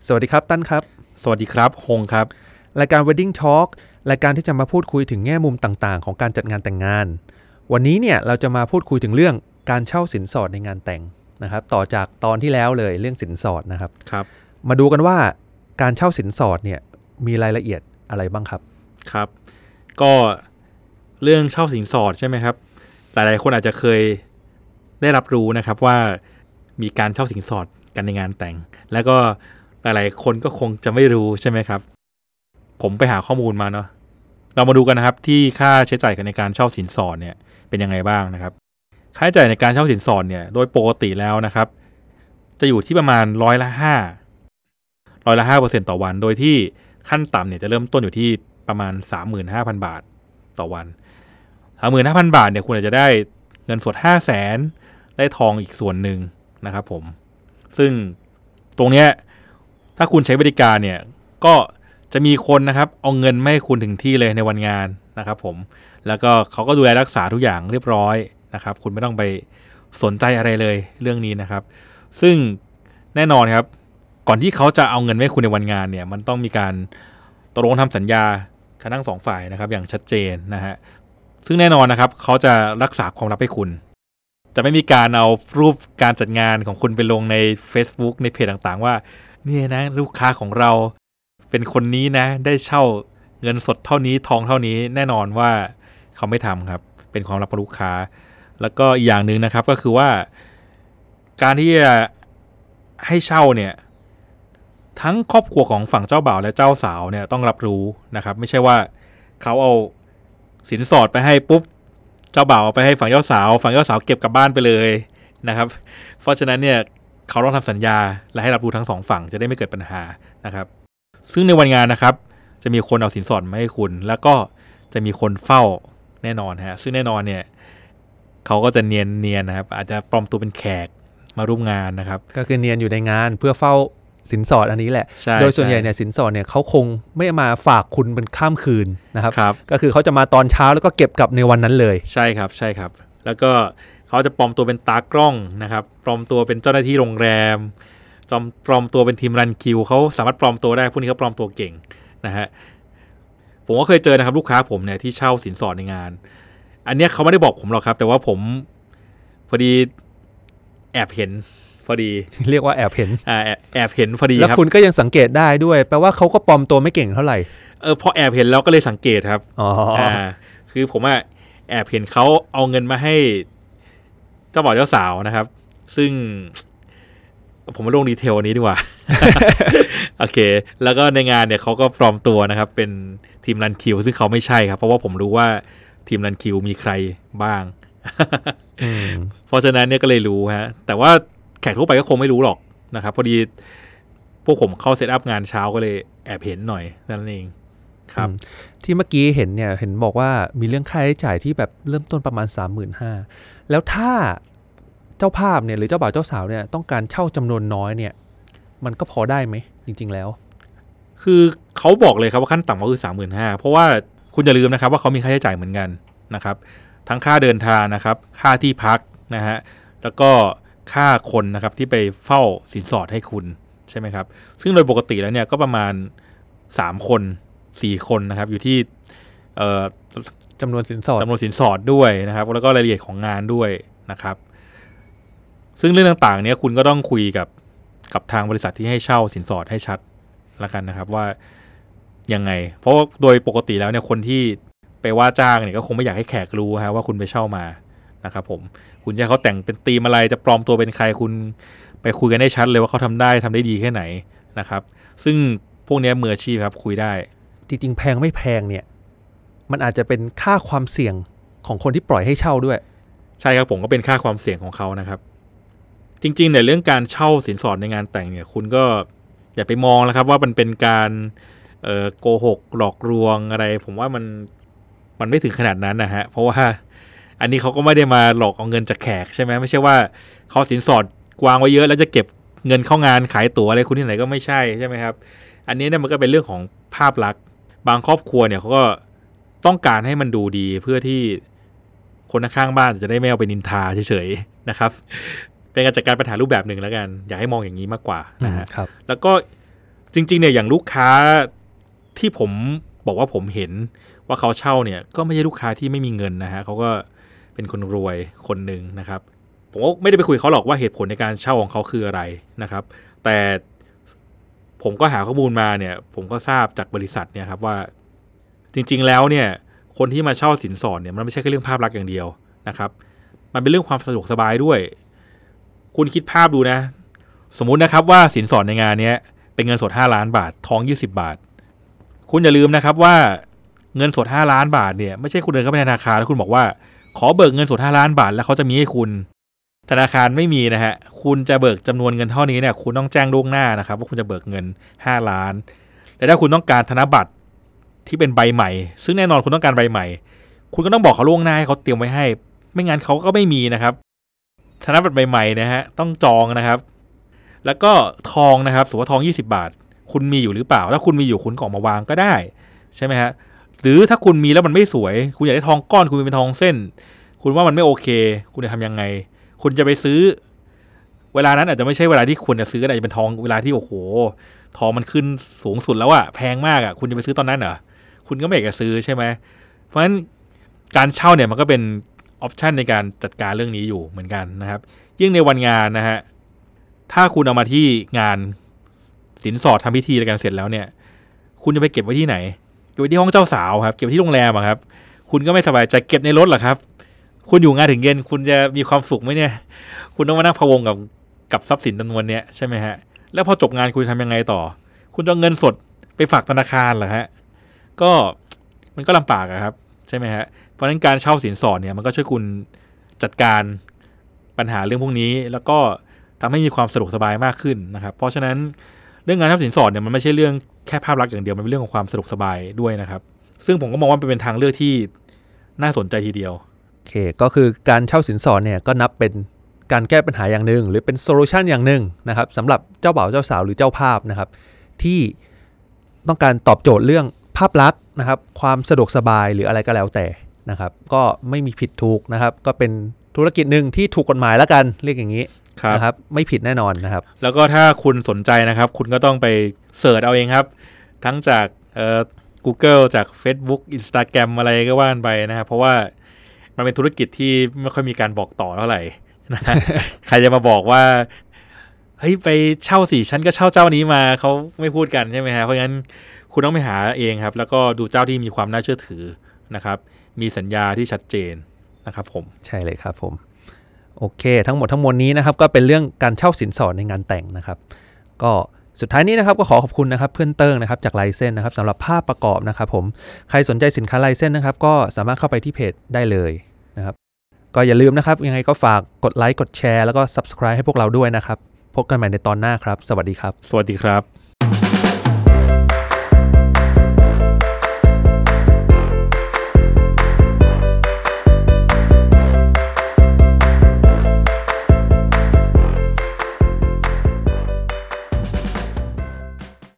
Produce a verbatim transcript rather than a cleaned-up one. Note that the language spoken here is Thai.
สวัสดีครับตั้นครับสวัสดีครับฮงครับรายการ Wedding Talk รายการที่จะมาพูดคุยถึงแง่มุมต่างๆของการจัดงานแต่งงานวันนี้เนี่ยเราจะมาพูดคุยถึงเรื่องการเช่าสินสอดในงานแต่งนะครับต่อจากตอนที่แล้วเลยเรื่องสินสอดนะครับครับมาดูกันว่าการเช่าสินสอดเนี่ยมีรายละเอียดอะไรบ้างครับครับก็เรื่องเช่าสินสอดใช่ไหมครับหลายๆคนอาจจะเคยได้รับรู้นะครับว่ามีการเช่าสินสอดกันในงานแต่งแล้วก็หลายๆคนก็คงจะไม่รู้ใช่ไหมครับผมไปหาข้อมูลมาเนาะเรามาดูกันนะครับที่ค่าใช้จ่ายกันในการเช่าสินสอดเนี่ยเป็นยังไงบ้างนะครับค่าใช้จ่ายในการเช่าสินสอดเนี่ยโดยปกติแล้วนะครับจะอยู่ที่ประมาณร้อยละห้าร้อยละห้าเปอร์เซ็นต์ต่อวันโดยที่ขั้นต่ำเนี่ยจะเริ่มต้นอยู่ที่ประมาณ สามหมื่นห้าพัน บาทต่อวัน สามหมื่นห้าพัน บาทเนี่ยคุณอาจจะได้เงินสด ห้าแสน ได้ทองอีกส่วนหนึ่งนะครับผมซึ่งตรงเนี้ยถ้าคุณใช้บริการเนี่ยก็จะมีคนนะครับเอาเงินมาให้คุณถึงที่เลยในวันงานนะครับผมแล้วก็เขาก็ดูแลรักษาทุกอย่างเรียบร้อยนะครับคุณไม่ต้องไปสนใจอะไรเลยเรื่องนี้นะครับซึ่งแน่นอนครับก่อนที่เขาจะเอาเงินให้คุณในวันงานเนี่ยมันต้องมีการตกลงทำสัญญากันทั้งสองฝ่ายนะครับอย่างชัดเจนนะฮะซึ่งแน่นอนนะครับเขาจะรักษาความลับให้คุณจะไม่มีการเอารูปการจัดงานของคุณไปลงใน Facebook ในเพจต่างๆว่าเนี่ยนะลูกค้าของเราเป็นคนนี้นะได้เช่าเงินสดเท่านี้ทองเท่านี้แน่นอนว่าเขาไม่ทำครับเป็นความลับของลูกค้าแล้วก็อีกอย่างนึงนะครับก็คือว่าการที่จะให้เช่าเนี่ยทั้งครอบครัวของฝั่งเจ้าบ่าวและเจ้าสาวเนี่ยต้องรับรู้นะครับไม่ใช่ว่าเขาเอาสินสอดไปให้ปุ๊บเจ้าบ่าวเอาไปให้ฝั่งเจ้าสาวฝั่งเจ้าสาวเก็บกลับบ้านไปเลยนะครับเพราะฉะนั้นเนี่ยเขาต้องทำสัญญาและให้รับรู้ทั้งสองฝั่งจะได้ไม่เกิดปัญหานะครับซึ่งในวันงานนะครับจะมีคนเอาสินสอดมาให้คุณแล้วก็จะมีคนเฝ้าแน่นอนฮะซึ่งแน่นอนเนี่ยเขาก็จะเนียนเนียนนะครับอาจจะปลอมตัวเป็นแขกมาร่วมงานนะครับก็คือเนียนอยู่ในงานเพื่อเฝ้าสินสอดอันนี้แหละโดยส่วนใหญ่เนี่ยสินสอดเนี่ยเขาคงไม่มาฝากคุณเป็นข้ามคืนนะครับก็คือเขาจะมาตอนเช้าแล้วก็เก็บกลับในวันนั้นเลยใช่ครับใช่ครับแล้วก็เขาจะปลอมตัวเป็นตากล้องนะครับปลอมตัวเป็นเจ้าหน้าที่โรงแรมปลอมตัวเป็นทีมรันคิวเขาสามารถปลอมตัวได้พวกนี้เขาปลอมตัวเก่งนะฮะผมก็เคยเจอนะครับลูกค้าผมเนี่ยที่เช่าสินสอดในงานอันนี้เขาไม่ได้บอกผมหรอกครับแต่ว่าผมพอดีแอบเห็นพอดีเรียกว่าแอบเห็นอ่าแอบเห็นพอดีครับแล้วคุณก็ยังสังเกตได้ด้วยแปลว่าเขาก็ปลอมตัวไม่เก่งเท่าไหร่เออพอแอบเห็นแล้วก็เลยสังเกตครับอ๋ออ่าคือผมอ่ะแอบเห็นเขาเอาเงินมาให้เจ้าบ่าวเจ้าสาวนะครับซึ่งผมมาลงดีเทลนี้ดีกว่า โอเคแล้วก็ในงานเนี่ยเขาก็ปลอมตัวนะครับเป็นทีมรันคิวซึ่งเขาไม่ใช่ครับเพราะว่าผมรู้ว่าทีมรันคิวมีใครบ้าง เพราะฉะนั้นเนี่ยก็เลยรู้ฮะแต่ว่าแขกทั่วไปก็คงไม่รู้หรอกนะครับพอดีพวกผมเข้าเซตอัพงานเช้าก็เลยแอบเห็นหน่อยนั่นเองครับที่เมื่อกี้เห็นเนี่ยเห็นบอกว่ามีเรื่องค่าใช้จ่ายที่แบบเริ่มต้นประมาณ สามหมื่นห้าพัน แล้วถ้าเจ้าภาพเนี่ยหรือเจ้าบ่าวเจ้าสาวเนี่ยต้องการเช่าจำนวนน้อยเนี่ยมันก็พอได้ไหมจริงๆแล้วคือเขาบอกเลยครับว่าขั้นต่ำก็คือ สามหมื่นห้าพัน เพราะว่าคุณอย่าลืมนะครับว่าเขามีค่าใช้จ่ายเหมือนกันนะครับทั้งค่าเดินทางนะครับค่าที่พักนะฮะแล้วก็ค่าคนนะครับที่ไปเฝ้าสินสอดให้คุณใช่ไหมครับซึ่งโดยปกติแล้วเนี่ยก็ประมาณสามคนสี่คนนะครับอยู่ที่เอ่อจำนวนสินสอดจำนวนสินสอดด้วยนะครับแล้วก็รายละเอียดของงานด้วยนะครับซึ่งเรื่องต่างๆเนี้ยคุณก็ต้องคุยกับกับทางบริษัทที่ให้เช่าสินสอดให้ชัดละกันนะครับว่ายังไงเพราะโดยปกติแล้วเนี่ยคนที่ไปว่าจ้างเนี่ยก็คงไม่อยากให้แขกรู้ฮะว่าคุณไปเช่ามานะครับผมคุณจะเขาแต่งเป็นธีมอะไรจะปลอมตัวเป็นใครคุณไปคุยกันได้ชัดเลยว่าเขาทำได้ทำได้ดีแค่ไหนนะครับซึ่งพวกนี้มืออาชีพครับคุยได้จริงๆแพงไม่แพงเนี่ยมันอาจจะเป็นค่าความเสี่ยงของคนที่ปล่อยให้เช่าด้วยใช่ครับผมก็เป็นค่าความเสี่ยงของเขานะครับจริงๆในเรื่องการเช่าสินสอดในงานแต่งเนี่ยคุณก็อย่าไปมองนะครับว่ามันเป็นการเอ่อโกหกหลอกลวงอะไรผมว่ามันมันไม่ถึงขนาดนั้นนะฮะเพราะว่าอันนี้เขาก็ไม่ได้มาหลอกเอาเงินจากแขกใช่ไหมไม่ใช่ว่าเขาสินสอดวางไว้เยอะแล้วจะเก็บเงินเข้างานขายตั๋วอะไรคุณที่ไหนก็ไม่ใช่ใช่ไหมครับอันนี้เนี่ยมันก็เป็นเรื่องของภาพลักษณ์บางครอบครัวเนี่ยเขาก็ต้องการให้มันดูดีเพื่อที่คนข้างบ้านจะได้ไม่เอาไปนินทาเฉยๆนะครับเป็นการจัดการปัญหารูปแบบหนึ่งแล้วกันอยากให้มองอย่างนี้มากกว่านะฮะแล้วก็จริงๆเนี่ยอย่างลูกค้าที่ผมบอกว่าผมเห็นว่าเขาเช่าเนี่ยก็ไม่ใช่ลูกค้าที่ไม่มีเงินนะฮะเขาก็เป็นคนรวยคนหนึ่งนะครับผมก็ไม่ได้ไปคุยเขาหรอกว่าเหตุผลในการเช่าของเขาคืออะไรนะครับแต่ผมก็หาข้อมูลมาเนี่ยผมก็ทราบจากบริษัทเนี่ยครับว่าจริงๆแล้วเนี่ยคนที่มาเช่าสินสอดเนี่ยมันไม่ใช่แค่เรื่องภาพลักษณ์อย่างเดียวนะครับมันเป็นเรื่องความสะดวกสบายด้วยคุณคิดภาพดูนะสมมุตินะครับว่าสินสอดในงานนี้เป็นเงินสดห้าล้านบาททองยี่สิบบาทคุณอย่าลืมนะครับว่าเงินสดห้าล้านบาทเนี่ยไม่ใช่คุณเดินเข้าไปในธนาคารแล้วคุณบอกว่าขอเบิกเงินสดห้าล้านบาทแล้วเขาจะมีให้คุณธนาคารไม่มีนะฮะคุณจะเบิกจำนวนเงินเท่านี้เนี่ยคุณต้องแจ้งล่วงหน้านะครับว่าคุณจะเบิกเงินห้าล้านและถ้าคุณต้องการธนบัตรที่เป็นใบใหม่ซึ่งแน่นอนคุณต้องการใบใหม่คุณก็ต้องบอกเขาล่วงหน้าให้เขาเตรียมไว้ให้ไม่งั้นเขาก็ไม่มีนะครับธนบัตรใบใหม่นะฮะต้องจองนะครับแล้วก็ทองนะครับสมมติว่าทองยี่สิบบาทคุณมีอยู่หรือเปล่าถ้าคุณมีอยู่คุณก็ออกมาวางก็ได้ใช่ไหมฮะหรือถ้าคุณมีแล้วมันไม่สวยคุณอยากได้ทองก้อนคุณมีเป็นทองเส้นคุณว่ามันไม่โอเคคุณจะทำยังไงคุณจะไปซื้อเวลานั้นอาจจะไม่ใช่เวลาที่คุณจะซื้ออาจจะเป็นทองเวลาที่โอ้โหทองมันขึ้นสูงสุดแล้วอะแพงมากอะคุณจะไปซื้อตอนนั้นเหรอคุณก็ไม่อยากจะซื้อใช่ไหมเพราะฉะนั้นการเช่าเนี่ยมันก็เป็นออปชันในการจัดการเรื่องนี้อยู่เหมือนกันนะครับยิ่งในวันงานนะฮะถ้าคุณเอามาที่งานสินสอดทำพิธีอะไรกันเสร็จแล้วเนี่ยคุณจะไปเก็บไว้ที่ไหนเก็บไว้ที่ห้องเจ้าสาวครับเก็บไว้ที่โรงแรมอะครับคุณก็ไม่สบายใจเก็บในรถเหรอครับคุณอยู่งานถึงเย็นคุณจะมีความสุขไหมเนี่ยคุณต้องมานั่งพะวงกับกับทรัพย์สินจำนวนเนี้ยใช่ไหมฮะแล้วพอจบงานคุณทำยังไงต่อคุณจะเงินสดไปฝากธนาคารเหรอฮะก็มันก็ลำบากอะครับใช่ไหมฮะเพราะฉะนั้นการเช่าสินสอดเนี่ยมันก็ช่วยคุณจัดการปัญหาเรื่องพวกนี้แล้วก็ทำให้มีความสะดวกสบายมากขึ้นนะครับเพราะฉะนั้นเรื่องงานเช่าสินสอดเนี่ยมันไม่ใช่เรื่องแค่ภาพลักษณ์อย่างเดียวมันเป็นเรื่องของความสะดวกสบายด้วยนะครับซึ่งผมก็มองว่าเป็นทางเลือกที่น่าสนใจทีเดียวโอเคก็คือการเช่าสินสอดเนี่ยก็นับเป็นการแก้ปัญหาอย่างหนึ่งหรือเป็นโซลูชันอย่างหนึ่งนะครับสำหรับเจ้าบ่าวเจ้าสาวหรือเจ้าภาพนะครับที่ต้องการตอบโจทย์เรื่องภาพลักษณ์นะครับความสะดวกสบายหรืออะไรก็แล้วแต่นะครับก็ไม่มีผิดถูกนะครับก็เป็นธุรกิจหนึ่งที่ถูกกฎหมายแล้วกันเรียกอย่างนี้นะครับไม่ผิดแน่นอนนะครับแล้วก็ถ้าคุณสนใจนะครับคุณก็ต้องไปเสิร์ชเอาเองครับทั้งจากเอ่อ Google จาก Facebook Instagram อะไรก็ว่านไปนะครับเพราะว่ามันเป็นธุรกิจที่ไม่ค่อยมีการบอกต่อเท่าไหร่นะ ใครจะมาบอกว่าเฮ้ยไปเช่าสิฉันก็เช่าเจ้านี้มาเขาไม่พูดกันใช่ไหมฮะเพราะงั้นคุณต้องไปหาเองครับแล้วก็ดูเจ้าที่มีความน่าเชื่อถือนะครับมีสัญญาที่ชัดเจนนะครับผมใช่เลยครับผมโอเคทั้งหมดทั้งมวลนี้นะครับก็เป็นเรื่องการเช่าสินสอดในงานแต่งนะครับก็สุดท้ายนี้นะครับก็ขอขอบคุณนะครับเพื่อนเติ้งนะครับจากไลเซนนะครับสำหรับภาพประกอบนะครับผมใครสนใจสินค้าไลเซนนะครับก็สามารถเข้าไปที่เพจได้เลยนะครับก็อย่าลืมนะครับยังไงก็ฝากกดไลค์กดแชร์แล้วก็ Subscribe ให้พวกเราด้วยนะครับพบกันใหม่ในตอนหน้าครับสวัสดีครับสวัสดีครับ